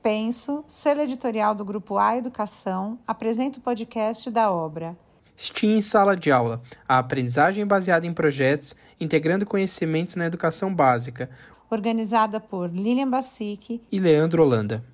Penso, selo editorial do Grupo A Educação, apresenta o podcast da obra STEAM em Sala de Aula, a aprendizagem baseada em projetos, integrando conhecimentos na educação básica, organizada por Lilian Bassic e Leandro Holanda.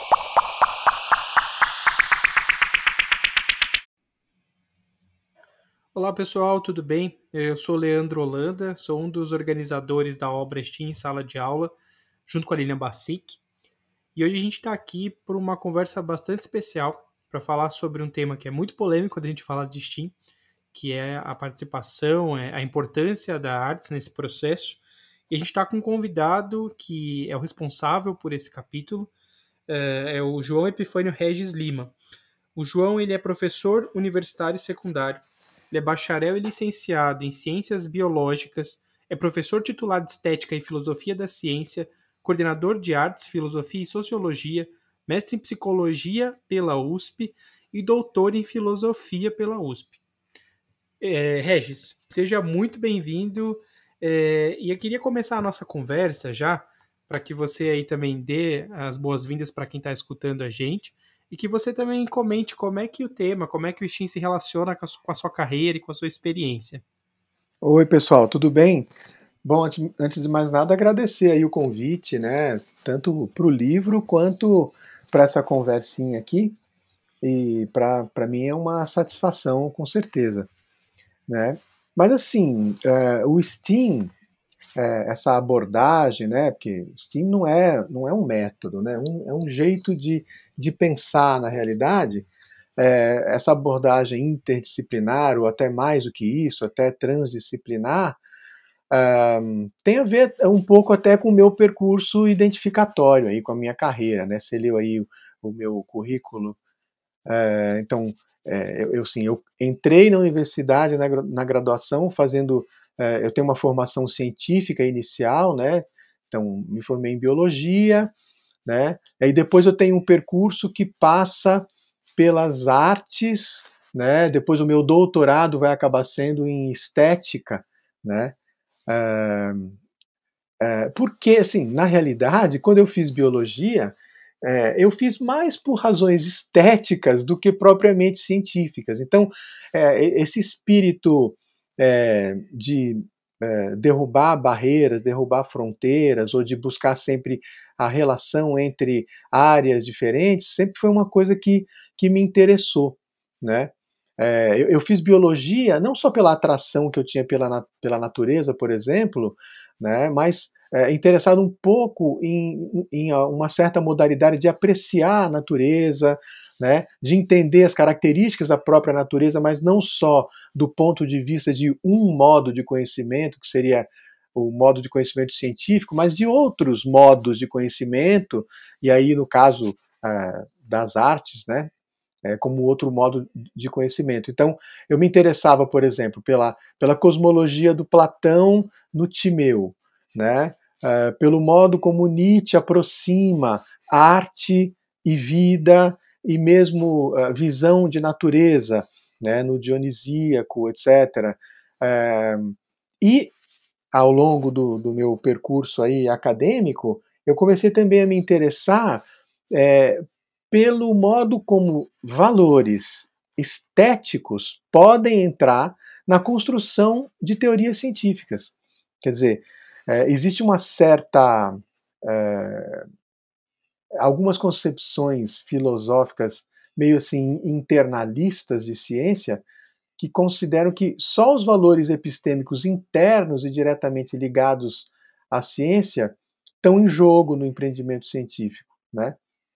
Olá pessoal, tudo bem? Eu sou Leandro Holanda, sou um dos organizadores da obra STEAM em Sala de Aula, junto com a Lilian Bassic. E hoje a gente está aqui por uma conversa bastante especial para falar sobre um tema que é muito polêmico quando a gente fala de STEAM, que é a participação, a importância da artes nesse processo. E a gente está com um convidado que é o responsável por esse capítulo, é o João Epifânio Regis Lima. O João ele é professor universitário secundário, ele é bacharel e licenciado em Ciências Biológicas, é professor titular de Estética e Filosofia da Ciência, coordenador de Artes, Filosofia e Sociologia, mestre em Psicologia pela USP e doutor em Filosofia pela USP. Regis, seja muito bem-vindo e eu queria começar a nossa conversa já, para que você aí também dê as boas-vindas para quem está escutando a gente e que você também comente como é que o tema, como é que o STEAM se relaciona com a sua carreira e com a sua experiência. Oi, pessoal, tudo bem? Bom, antes de mais nada, agradecer aí o convite, né? Tanto para o livro quanto para essa conversinha aqui. E para mim é uma satisfação, com certeza, né? Mas assim, o STEAM, essa abordagem, né? Porque STEAM não é um método, né? É um jeito de pensar na realidade. Essa abordagem interdisciplinar, ou até mais do que isso, até transdisciplinar, tem a ver um pouco até com o meu percurso identificatório aí, com a minha carreira, né? Você leu aí o meu currículo. Então, eu entrei na universidade, na graduação, fazendo. Eu tenho uma formação científica inicial, né? Então, me formei em biologia, né? E depois eu tenho um percurso que passa pelas artes, né? Depois o meu doutorado vai acabar sendo em estética, né? Porque, assim, na realidade, quando eu fiz biologia, eu fiz mais por razões estéticas do que propriamente científicas. Então, esse espírito de derrubar barreiras, derrubar fronteiras, ou de buscar sempre a relação entre áreas diferentes, sempre foi uma coisa que me interessou, né? Eu fiz biologia não só pela atração que eu tinha pela natureza, por exemplo, né, mas interessado um pouco em uma certa modalidade de apreciar a natureza, né, de entender as características da própria natureza, mas não só do ponto de vista de um modo de conhecimento, que seria o modo de conhecimento científico, mas de outros modos de conhecimento, e aí no caso das artes, né, como outro modo de conhecimento. Então, eu me interessava, por exemplo, pela cosmologia do Platão no Timeu, né? Pelo modo como Nietzsche aproxima arte e vida e mesmo visão de natureza, né? No Dionisíaco, etc. E ao longo do meu percurso aí acadêmico, eu comecei também a me interessar pelo modo como valores estéticos podem entrar na construção de teorias científicas. Quer dizer, existe uma certa. Algumas concepções filosóficas meio assim internalistas de ciência que consideram que só os valores epistêmicos internos e diretamente ligados à ciência estão em jogo no empreendimento científico, né?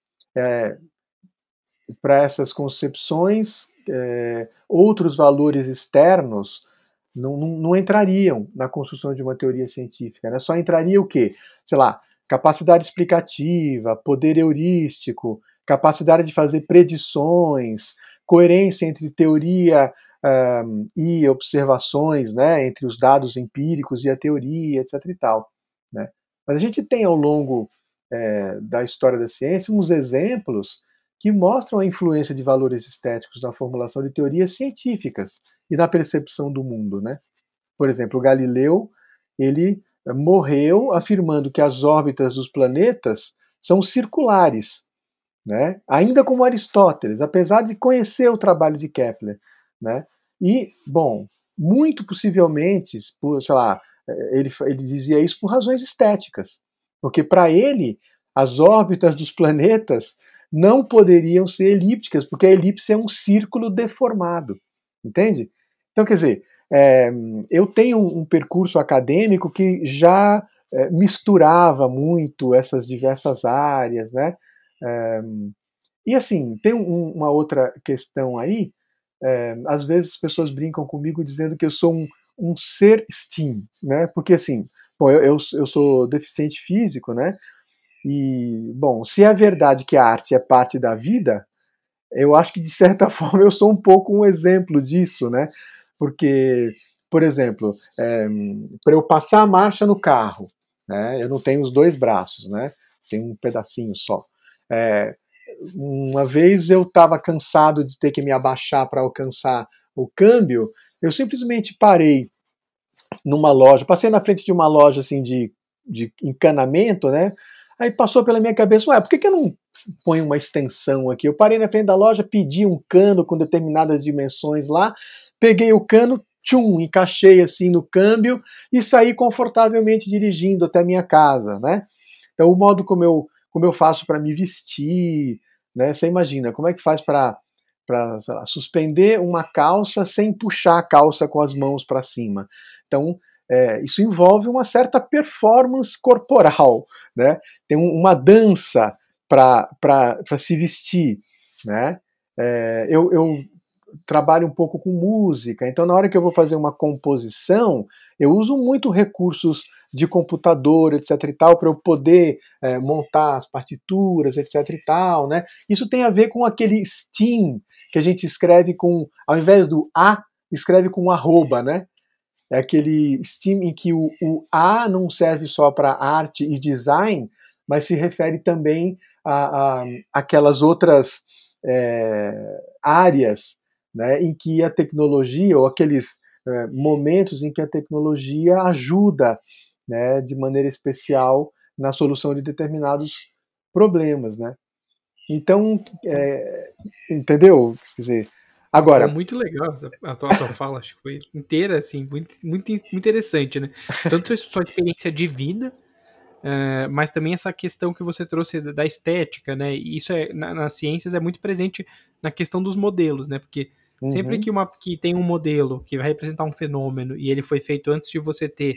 Para essas concepções, outros valores externos não entrariam na construção de uma teoria científica, né? Só entraria o quê? Sei lá, capacidade explicativa, poder heurístico, capacidade de fazer predições, coerência entre teoria e observações, né, entre os dados empíricos e a teoria, etc. e tal, né? Mas a gente tem ao longo da história da ciência uns exemplos que mostram a influência de valores estéticos na formulação de teorias científicas e na percepção do mundo, né? Por exemplo, Galileu, ele morreu afirmando que as órbitas dos planetas são circulares, né? Ainda como Aristóteles, apesar de conhecer o trabalho de Kepler, né? E, bom, muito possivelmente, por, sei lá, ele dizia isso por razões estéticas, porque para ele as órbitas dos planetas não poderiam ser elípticas, porque a elipse é um círculo deformado, entende? Então, quer dizer, eu tenho um percurso acadêmico que já misturava muito essas diversas áreas, né? É, e assim, tem uma outra questão aí. Às vezes as pessoas brincam comigo dizendo que eu sou um ser STEAM, né? Porque assim, bom, eu sou deficiente físico, né? E, bom, se é verdade que a arte é parte da vida, eu acho que de certa forma eu sou um pouco um exemplo disso, né? Porque, por exemplo, para eu passar a marcha no carro, né? Eu não tenho os dois braços, né? Tenho um pedacinho só. É, uma vez eu estava cansado de ter que me abaixar para alcançar o câmbio, eu simplesmente parei numa loja, passei na frente de uma loja assim de encanamento, né? Aí passou pela minha cabeça, ué, por que eu não ponho uma extensão aqui? Eu parei na frente da loja, pedi um cano com determinadas dimensões lá, peguei o cano, tchum, encaixei assim no câmbio e saí confortavelmente dirigindo até a minha casa, né? Então o modo como eu faço para me vestir, né? Você imagina, como é que faz para suspender uma calça sem puxar a calça com as mãos para cima. Então, isso envolve uma certa performance corporal, né? Tem uma dança para se vestir, né? Eu trabalho um pouco com música, então na hora que eu vou fazer uma composição, eu uso muito recursos de computador, etc e tal, para eu poder montar as partituras, etc e tal, né? Isso tem a ver com aquele Steam que a gente escreve com, ao invés do A, escreve com arroba, né? É aquele Steam em que o A não serve só para arte e design, mas se refere também a aquelas outras áreas, né, em que a tecnologia, ou aqueles momentos em que a tecnologia ajuda, né, de maneira especial na solução de determinados problemas, né? Então, entendeu? Quer dizer, Foi agora, muito legal a tua fala, acho que foi inteira, assim, muito interessante, né? Tanto sua experiência de vida, mas também essa questão que você trouxe da estética, né? E isso nas ciências é muito presente na questão dos modelos, né? Porque sempre uhum, que tem um modelo que vai representar um fenômeno e ele foi feito antes de você ter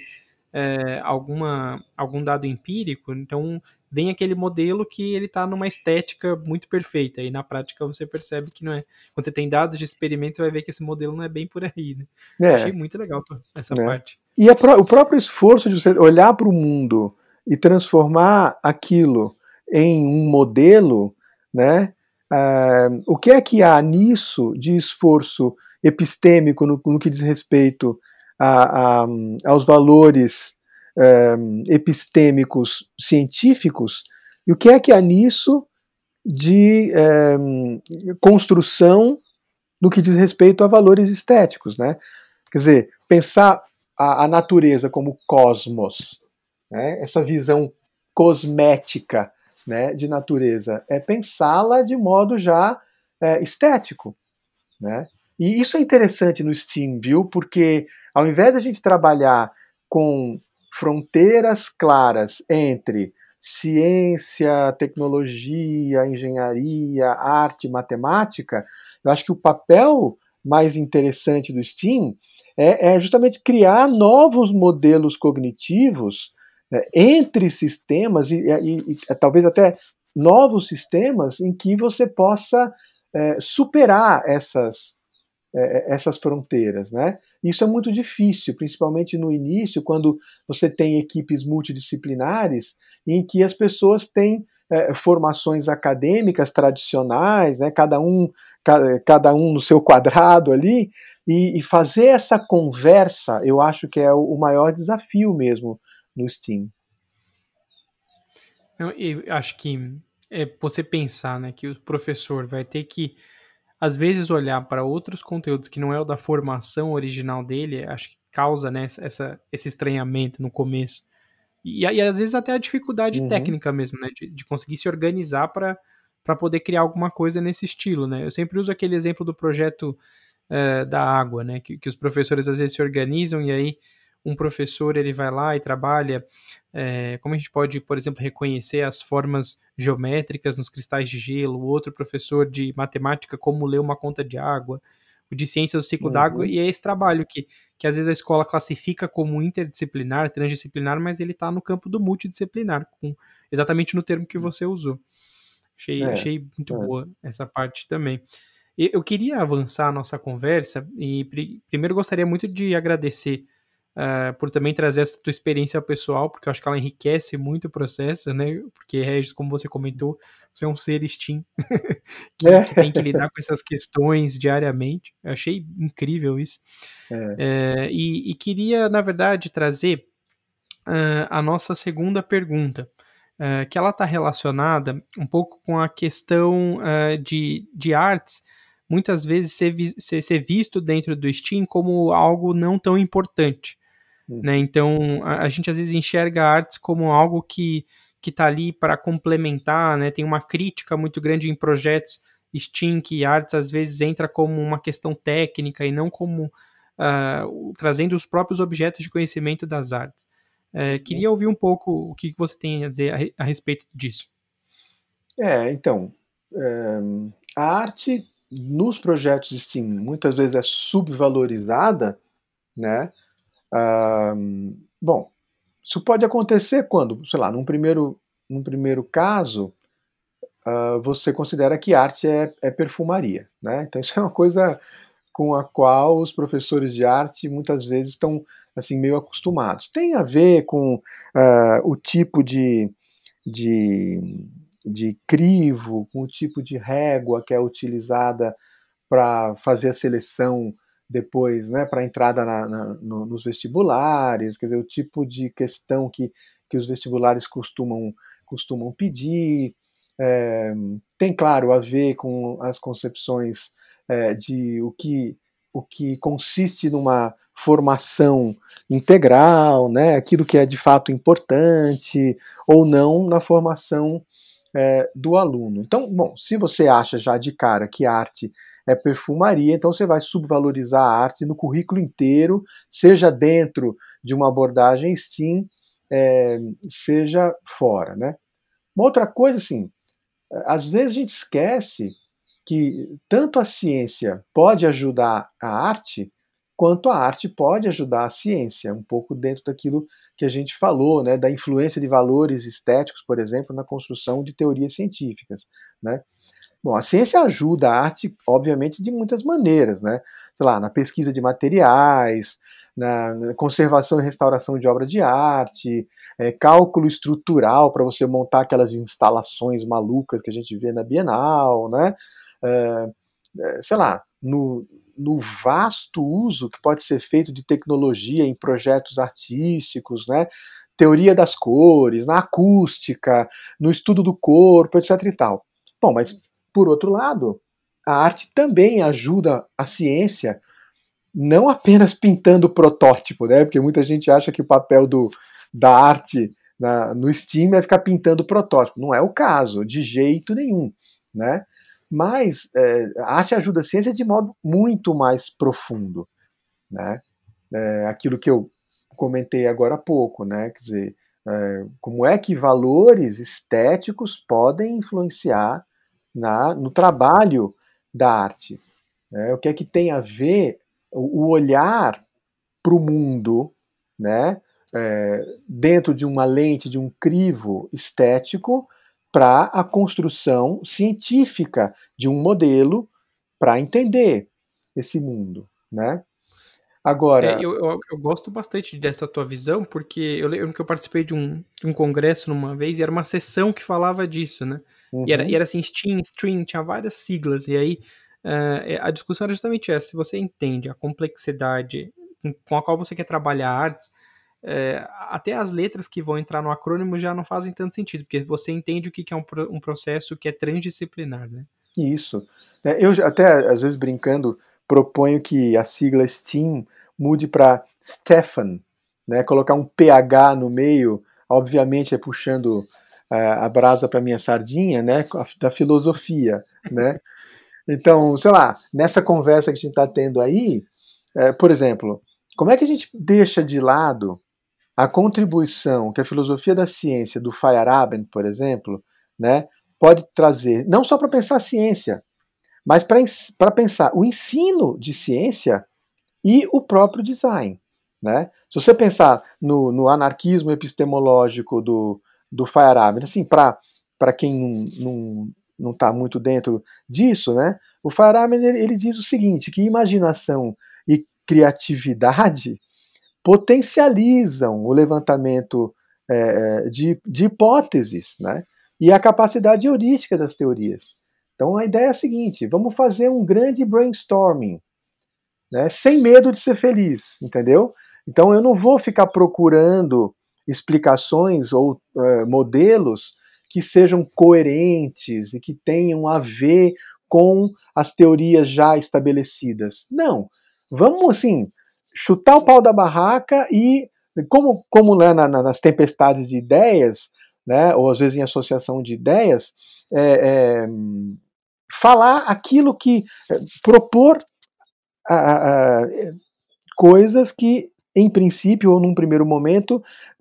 algum dado empírico, então vem aquele modelo que ele está numa estética muito perfeita, e na prática você percebe que não é. Quando você tem dados de experimentos, você vai ver que esse modelo não é bem por aí, né? Achei é, muito legal essa né? parte. E o próprio esforço de você olhar para o mundo e transformar aquilo em um modelo, né? O que é que há nisso de esforço epistêmico no que diz respeito aos valores epistêmicos científicos? E o que é que há nisso de construção no que diz respeito a valores estéticos, né? Quer dizer, pensar a natureza como cosmos, né? Essa visão cosmética, né, de natureza, é pensá-la de modo já estético, né? E isso é interessante no STEAM, viu? Porque ao invés da gente trabalhar com fronteiras claras entre ciência, tecnologia, engenharia, arte, matemática, eu acho que o papel mais interessante do STEAM é justamente criar novos modelos cognitivos, né, entre sistemas e talvez até novos sistemas em que você possa superar essas fronteiras, né? Isso é muito difícil, principalmente no início, quando você tem equipes multidisciplinares em que as pessoas têm formações acadêmicas tradicionais, né? Cada um no seu quadrado ali, e fazer essa conversa, eu acho que é o maior desafio mesmo no STEAM. Eu acho que é você pensar, né, que o professor vai ter que às vezes olhar para outros conteúdos que não é o da formação original dele, acho que causa, né, esse estranhamento no começo. E às vezes até a dificuldade Uhum. técnica mesmo, né, de conseguir se organizar para para poder criar alguma coisa nesse estilo, né? Eu sempre uso aquele exemplo do projeto da água, né? Que os professores às vezes se organizam e aí um professor ele vai lá e trabalha como a gente pode, por exemplo, reconhecer as formas geométricas nos cristais de gelo, o outro professor de matemática como ler uma conta de água, o de ciências do ciclo d'água, e é esse trabalho que às vezes a escola classifica como interdisciplinar, transdisciplinar, mas ele está no campo do multidisciplinar, exatamente no termo que você usou. Achei muito boa essa parte também. Eu queria avançar a nossa conversa e primeiro gostaria muito de agradecer por também trazer essa tua experiência pessoal, porque eu acho que ela enriquece muito o processo, né? Porque, Regis, como você comentou, você é um ser STEAM que tem que lidar com essas questões diariamente. Eu achei incrível isso. E queria, na verdade, trazer a nossa segunda pergunta, que ela está relacionada um pouco com a questão de artes, muitas vezes ser visto dentro do STEAM como algo não tão importante. Né? Então, a gente às vezes enxerga a artes como algo que está ali para complementar, né? Tem uma crítica muito grande em projetos STEAM que artes às vezes entra como uma questão técnica e não como trazendo os próprios objetos de conhecimento das artes. Queria ouvir um pouco o que você tem a dizer a respeito disso. Então, a arte nos projetos STEAM muitas vezes é subvalorizada, né? Bom, isso pode acontecer quando, sei lá, num primeiro caso, você considera que arte é perfumaria, né? Então isso é uma coisa com a qual os professores de arte muitas vezes estão assim meio acostumados. Tem a ver com o tipo de crivo, com o tipo de régua que é utilizada para fazer a seleção depois, né, para a entrada nos vestibulares, quer dizer, o tipo de questão que os vestibulares costumam pedir. Tem, claro, a ver com as concepções de o que consiste numa formação integral, né, aquilo que é de fato importante ou não na formação do aluno. Então, bom, se você acha já de cara que arte é perfumaria, então você vai subvalorizar a arte no currículo inteiro, seja dentro de uma abordagem STEAM, seja fora, né? Uma outra coisa, assim, às vezes a gente esquece que tanto a ciência pode ajudar a arte, quanto a arte pode ajudar a ciência, um pouco dentro daquilo que a gente falou, né, da influência de valores estéticos, por exemplo, na construção de teorias científicas, né? Bom, a ciência ajuda a arte, obviamente, de muitas maneiras, né? Sei lá, na pesquisa de materiais, na conservação e restauração de obra de arte, cálculo estrutural para você montar aquelas instalações malucas que a gente vê na Bienal, né? Sei lá, no vasto uso que pode ser feito de tecnologia em projetos artísticos, né? Teoria das cores, na acústica, no estudo do corpo, etc. e tal. Bom, mas por outro lado, a arte também ajuda a ciência, não apenas pintando protótipo, né? Porque muita gente acha que o papel da arte no STEAM é ficar pintando protótipo. Não é o caso, de jeito nenhum, né? Mas a arte ajuda a ciência de modo muito mais profundo, né? Aquilo que eu comentei agora há pouco, né? Quer dizer, como é que valores estéticos podem influenciar no trabalho da arte? O que é que tem a ver o olhar para o mundo, né? Dentro de uma lente, de um crivo estético, para a construção científica de um modelo para entender esse mundo, né? Agora, eu gosto bastante dessa tua visão, porque eu lembro que eu participei de um congresso numa vez e era uma sessão que falava disso, né? E era assim, STEAM, STREAM, tinha várias siglas, e aí a discussão era justamente essa: se você entende a complexidade com a qual você quer trabalhar artes, até as letras que vão entrar no acrônimo já não fazem tanto sentido, porque você entende o que é um processo que é transdisciplinar, né? isso. Eu até, às vezes, brincando, proponho que a sigla STEAM mude para Stefan, né? Colocar um PH no meio, obviamente é puxando a brasa para minha sardinha, né, da filosofia, né? Então, sei lá, nessa conversa que a gente está tendo aí, por exemplo, como é que a gente deixa de lado a contribuição que a filosofia da ciência do Feyerabend, por exemplo, né, pode trazer, não só para pensar a ciência, mas para pensar o ensino de ciência e o próprio design, né? Se você pensar no anarquismo epistemológico do Feyerabend, assim, para quem não está muito dentro disso, né? O Feyerabend ele diz o seguinte, que imaginação e criatividade potencializam o levantamento de hipóteses, né? E a capacidade heurística das teorias. Então a ideia é a seguinte: vamos fazer um grande brainstorming, né, sem medo de ser feliz, entendeu? Então eu não vou ficar procurando explicações ou modelos que sejam coerentes e que tenham a ver com as teorias já estabelecidas. Não. Vamos, assim, chutar o pau da barraca e, como né, nas tempestades de ideias, né, ou às vezes em associação de ideias, falar aquilo que. Propor a, a, coisas que, em princípio, ou num primeiro momento,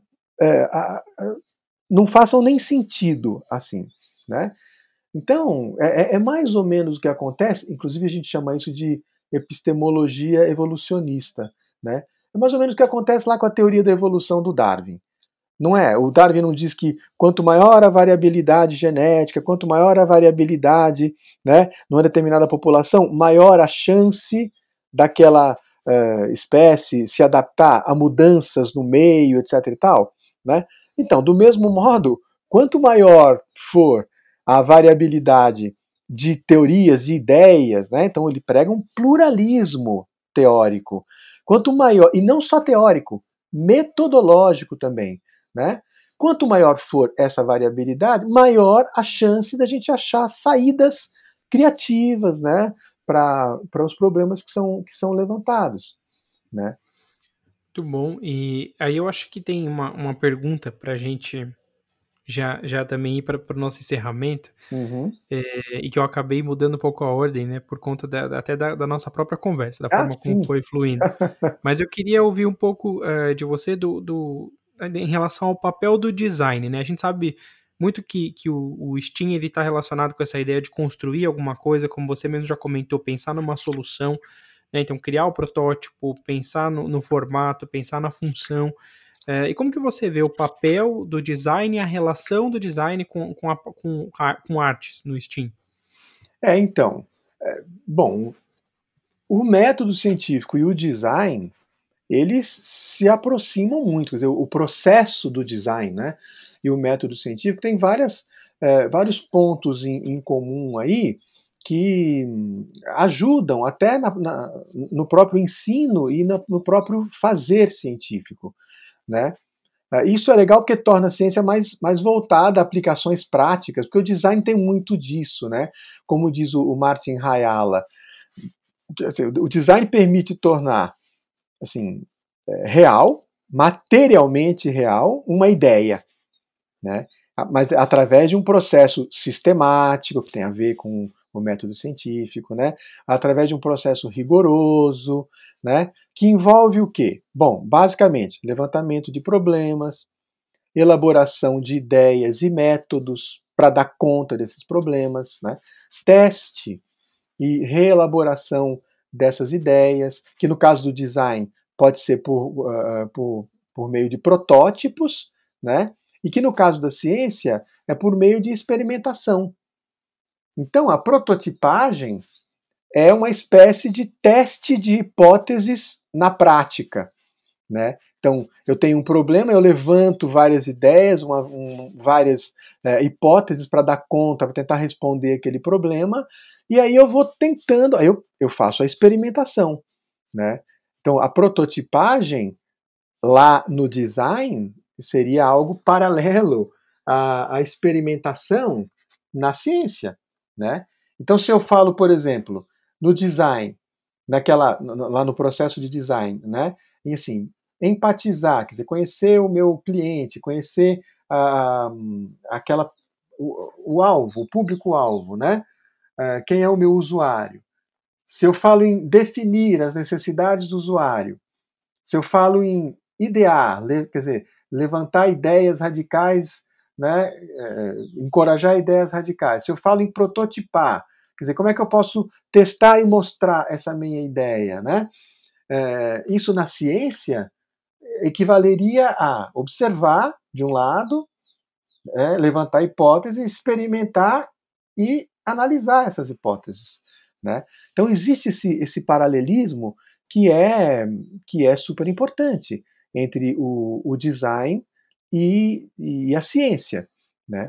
não façam nem sentido assim, né? Então, é mais ou menos o que acontece, inclusive a gente chama isso de epistemologia evolucionista, né? É mais ou menos o que acontece lá com a teoria da evolução do Darwin. Não é? O Darwin não diz que quanto maior a variabilidade genética, quanto maior a variabilidade, né, numa determinada população, maior a chance daquela espécie se adaptar a mudanças no meio, etc. e tal, né? Então, do mesmo modo, quanto maior for a variabilidade de teorias, de ideias, né? Então ele prega um pluralismo teórico. Quanto maior, e não só teórico, metodológico também, né? Quanto maior for essa variabilidade, maior a chance da gente achar saídas criativas, né, para os problemas que são levantados, né? Muito bom. E aí eu acho que tem uma pergunta para a gente já também ir para o nosso encerramento, Uhum. e que eu acabei mudando um pouco a ordem, né, por conta até da nossa própria conversa, da Ah, forma como sim. foi fluindo. Mas eu queria ouvir um pouco de você em relação ao papel do design, né? A gente sabe muito que o Steam ele está relacionado com essa ideia de construir alguma coisa, como você mesmo já comentou, pensar numa solução, né? Então criar o protótipo, pensar no formato, pensar na função. E como que você vê o papel do design e a relação do design com artes no Steam? Então, bom, o método científico e o design, eles se aproximam muito, quer dizer, o processo do design, né, e o método científico tem vários pontos em comum aí que ajudam até no próprio ensino e no próprio fazer científico, né? Isso é legal porque torna a ciência mais voltada a aplicações práticas, porque o design tem muito disso, né? Como diz o Martin Hayala, o design permite tornar assim, real, materialmente real, uma ideia, né? Mas através de um processo sistemático, que tem a ver com o método científico, né? Através de um processo rigoroso, né? Que envolve o quê? Bom, basicamente, levantamento de problemas, elaboração de ideias e métodos para dar conta desses problemas, né? Teste e reelaboração dessas ideias, que no caso do design pode ser por meio de protótipos, né? E que no caso da ciência é por meio de experimentação. Então a prototipagem é uma espécie de teste de hipóteses na prática, né? Então, eu tenho um problema, eu levanto várias ideias, várias hipóteses para dar conta, para tentar responder aquele problema, e aí eu vou tentando, aí eu faço a experimentação, né? Então, a prototipagem lá no design seria algo paralelo à experimentação na ciência, né? Então, se eu falo, por exemplo, no design, lá no processo de design, né? E assim, empatizar, quer dizer, conhecer o meu cliente, conhecer o alvo, o público-alvo, né? Quem é o meu usuário? Se eu falo em definir as necessidades do usuário, se eu falo em idear, quer dizer, levantar ideias radicais, né, encorajar ideias radicais, se eu falo em prototipar, quer dizer, como é que eu posso testar e mostrar essa minha ideia, né? Isso na ciência equivaleria a observar, de um lado, levantar hipóteses, experimentar e analisar essas hipóteses, né? Então existe esse paralelismo que é super importante entre o design e a ciência, né?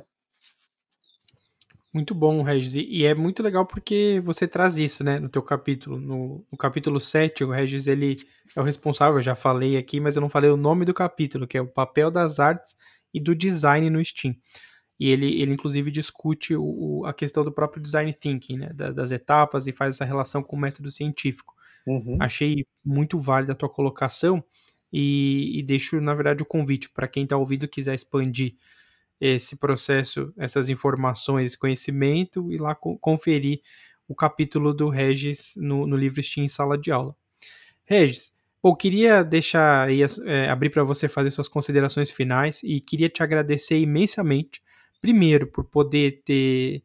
Muito bom, Regis. E é muito legal porque você traz isso, né, no teu capítulo. No capítulo 7, o Regis, ele é o responsável, eu já falei aqui, mas eu não falei o nome do capítulo, que é o papel das artes e do design no Steam. E ele inclusive, discute a questão do próprio design thinking, né, das etapas, e faz essa relação com o método científico. Uhum. Achei muito válida a tua colocação e deixo, na verdade, o convite para quem está ouvindo e quiser expandir esse processo, essas informações, esse conhecimento, e lá conferir o capítulo do Regis no livro Steam em Sala de Aula. Regis, queria deixar aí, abrir para você fazer suas considerações finais, e queria te agradecer imensamente, primeiro, por poder ter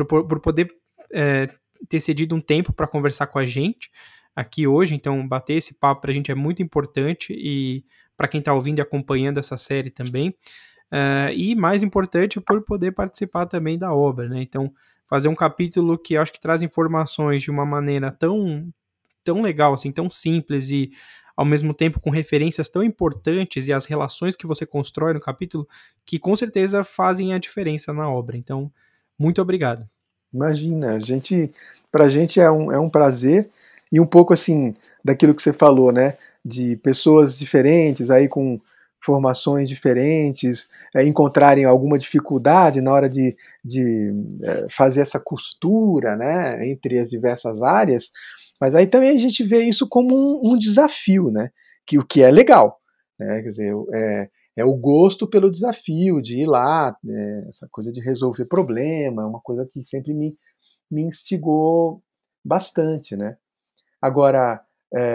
ter cedido um tempo para conversar com a gente aqui hoje. Então, bater esse papo para a gente é muito importante, e para quem está ouvindo e acompanhando essa série também. E mais importante, por poder participar também da obra, né? Então, fazer um capítulo que eu acho que traz informações de uma maneira tão legal, assim, tão simples, e ao mesmo tempo com referências tão importantes, e as relações que você constrói no capítulo, que com certeza fazem a diferença na obra. Então, muito obrigado. Imagina, pra gente é um prazer, e um pouco assim, daquilo que você falou, né? De pessoas diferentes, aí com formações diferentes, encontrarem alguma dificuldade na hora de fazer essa costura, né? Entre as diversas áreas, mas aí também a gente vê isso como um desafio, né? O que é legal, né? Quer dizer, é o gosto pelo desafio de ir lá, essa coisa de resolver problema, é uma coisa que sempre me instigou bastante, né? Agora,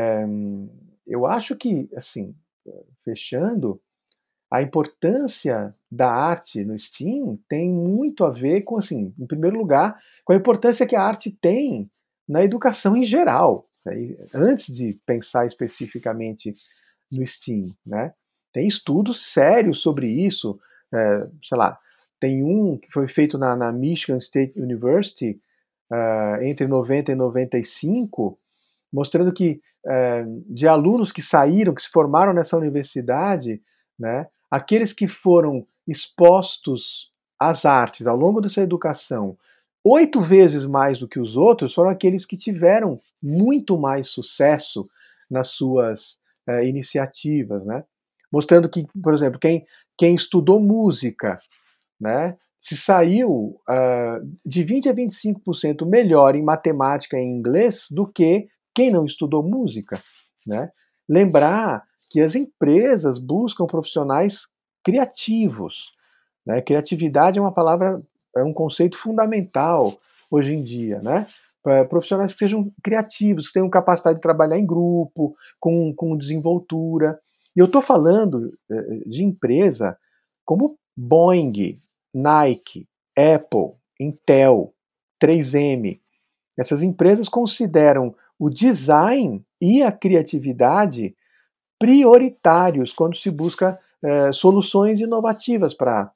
eu acho que, assim, fechando, a importância da arte no Steam tem muito a ver com, assim, em primeiro lugar, com a importância que a arte tem na educação em geral, né? Antes de pensar especificamente no Steam, né? Tem estudos sérios sobre isso, sei lá, tem um que foi feito na Michigan State University entre 90 e 95, mostrando que de alunos que saíram, que se formaram nessa universidade, né, aqueles que foram expostos às artes ao longo da sua educação 8 vezes mais do que os outros foram aqueles que tiveram muito mais sucesso nas suas iniciativas, né? Mostrando que, por exemplo, quem estudou música, né, se saiu de 20 a 25% melhor em matemática e em inglês do que quem não estudou música, né? Lembrar que as empresas buscam profissionais criativos, né? Criatividade é uma palavra, é um conceito fundamental hoje em dia, né? Profissionais que sejam criativos, que tenham capacidade de trabalhar em grupo, com desenvoltura. E eu estou falando de empresa como Boeing, Nike, Apple, Intel, 3M. Essas empresas consideram o design e a criatividade prioritários quando se busca soluções inovativas para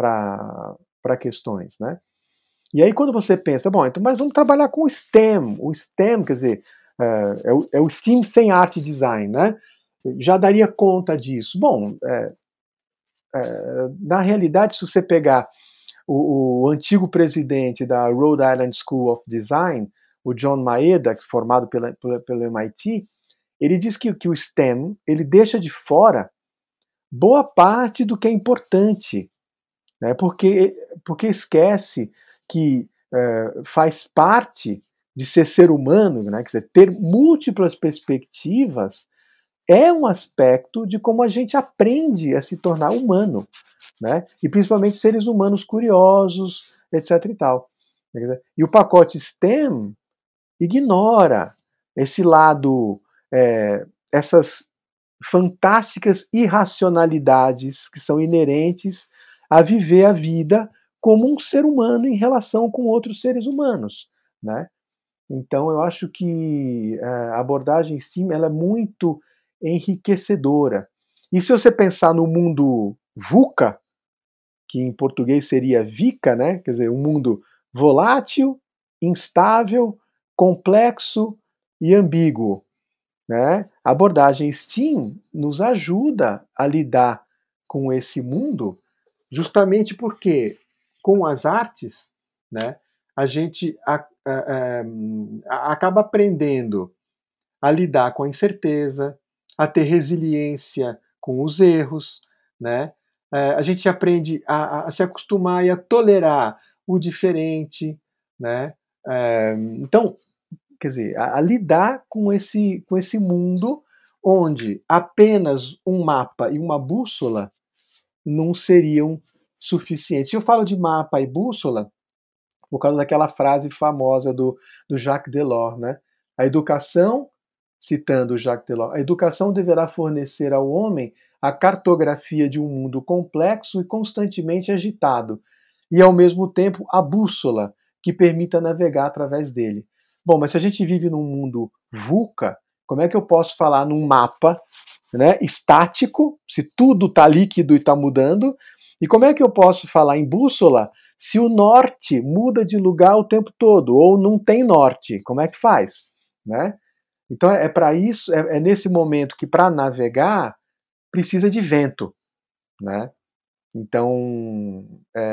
questões, né? E aí quando você pensa, bom, então, mas vamos trabalhar com o STEM. O STEM, quer dizer, é o STEAM sem arte e design, né? Já daria conta disso. Bom, na realidade, se você pegar o antigo presidente da Rhode Island School of Design, o John Maeda, formado pelo MIT, ele diz que o STEM ele deixa de fora boa parte do que é importante, né? Porque esquece que faz parte de ser humano, né? Quer dizer, ter múltiplas perspectivas é um aspecto de como a gente aprende a se tornar humano, né? E principalmente seres humanos curiosos, etc. e tal. E o pacote STEM ignora esse lado, essas fantásticas irracionalidades que são inerentes a viver a vida como um ser humano em relação com outros seres humanos, né? Então eu acho que a abordagem STEAM ela é muito enriquecedora. E se você pensar no mundo VUCA, que em português seria VICA, né? Quer dizer, um mundo volátil, instável, complexo e ambíguo, né? A abordagem STEAM nos ajuda a lidar com esse mundo, justamente porque com as artes, né, a gente acaba aprendendo a lidar com a incerteza, a ter resiliência com os erros, né? A gente aprende a se acostumar e a tolerar o diferente, né? Então, quer dizer, a lidar com esse mundo onde apenas um mapa e uma bússola não seriam suficientes. Eu falo de mapa e bússola por causa daquela frase famosa do Jacques Delors, né? A educação, citando Jacques Delors, a educação deverá fornecer ao homem a cartografia de um mundo complexo e constantemente agitado, e ao mesmo tempo a bússola que permita navegar através dele. Bom, mas se a gente vive num mundo VUCA, como é que eu posso falar num mapa, né, estático, se tudo está líquido e está mudando, e como é que eu posso falar em bússola se o norte muda de lugar o tempo todo, ou não tem norte? Como é que faz? Né? Então é para isso, é nesse momento que para navegar precisa de vento. Né? Então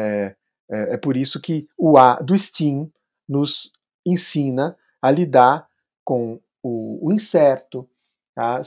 é por isso que o A do STEAM nos ensina a lidar com o incerto, a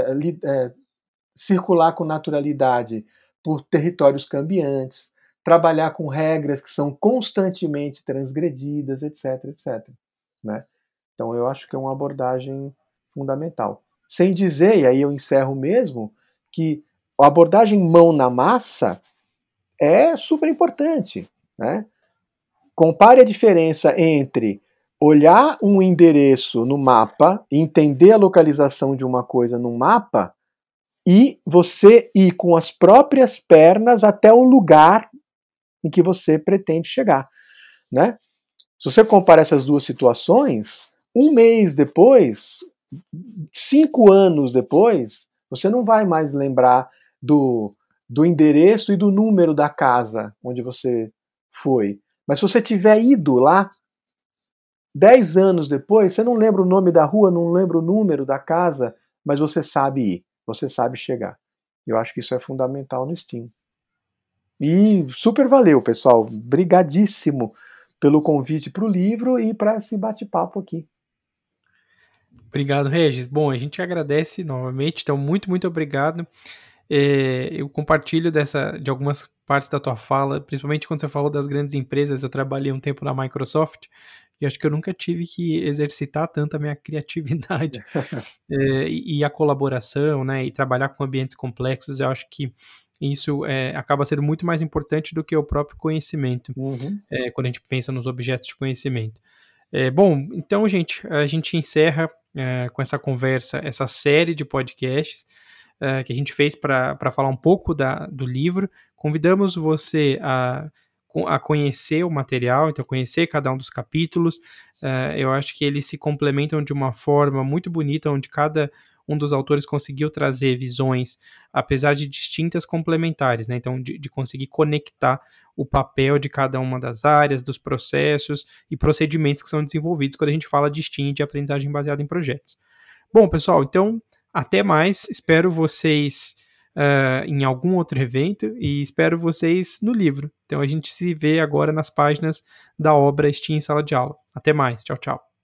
circular com naturalidade por territórios cambiantes, trabalhar com regras que são constantemente transgredidas, etc, etc. Né? Então eu acho que é uma abordagem fundamental. Sem dizer, e aí eu encerro mesmo, que a abordagem mão na massa é super importante. Né? Compare a diferença entre olhar um endereço no mapa, entender a localização de uma coisa no mapa, e você ir com as próprias pernas até o lugar em que você pretende chegar. Né? Se você compara essas duas situações, um mês depois, 5 anos depois, você não vai mais lembrar do endereço e do número da casa onde você foi. Mas se você tiver ido lá 10 anos depois, você não lembra o nome da rua, não lembra o número da casa, mas você sabe ir, você sabe chegar. Eu acho que isso é fundamental no STEAM. E super valeu, pessoal. Brigadíssimo pelo convite para o livro e para esse bate-papo aqui. Obrigado, Regis. Bom, a gente agradece novamente, então muito obrigado. Eu compartilho de algumas partes da tua fala, principalmente quando você falou das grandes empresas. Eu trabalhei um tempo na Microsoft e acho que eu nunca tive que exercitar tanto a minha criatividade e a colaboração, né, e trabalhar com ambientes complexos. Eu acho que isso acaba sendo muito mais importante do que o próprio conhecimento, quando a gente pensa nos objetos de conhecimento. Bom, então, gente, a gente encerra com essa conversa, essa série de podcasts que a gente fez para falar um pouco do livro. Convidamos você a conhecer o material, então conhecer cada um dos capítulos. Eu acho que eles se complementam de uma forma muito bonita, onde cada um dos autores conseguiu trazer visões, apesar de distintas, complementares, né? Então, de conseguir conectar o papel de cada uma das áreas, dos processos e procedimentos que são desenvolvidos quando a gente fala de STEAM, de aprendizagem baseada em projetos. Bom, pessoal, então, até mais. Espero vocês em algum outro evento e espero vocês no livro. Então, a gente se vê agora nas páginas da obra STEAM em Sala de Aula. Até mais. Tchau, tchau.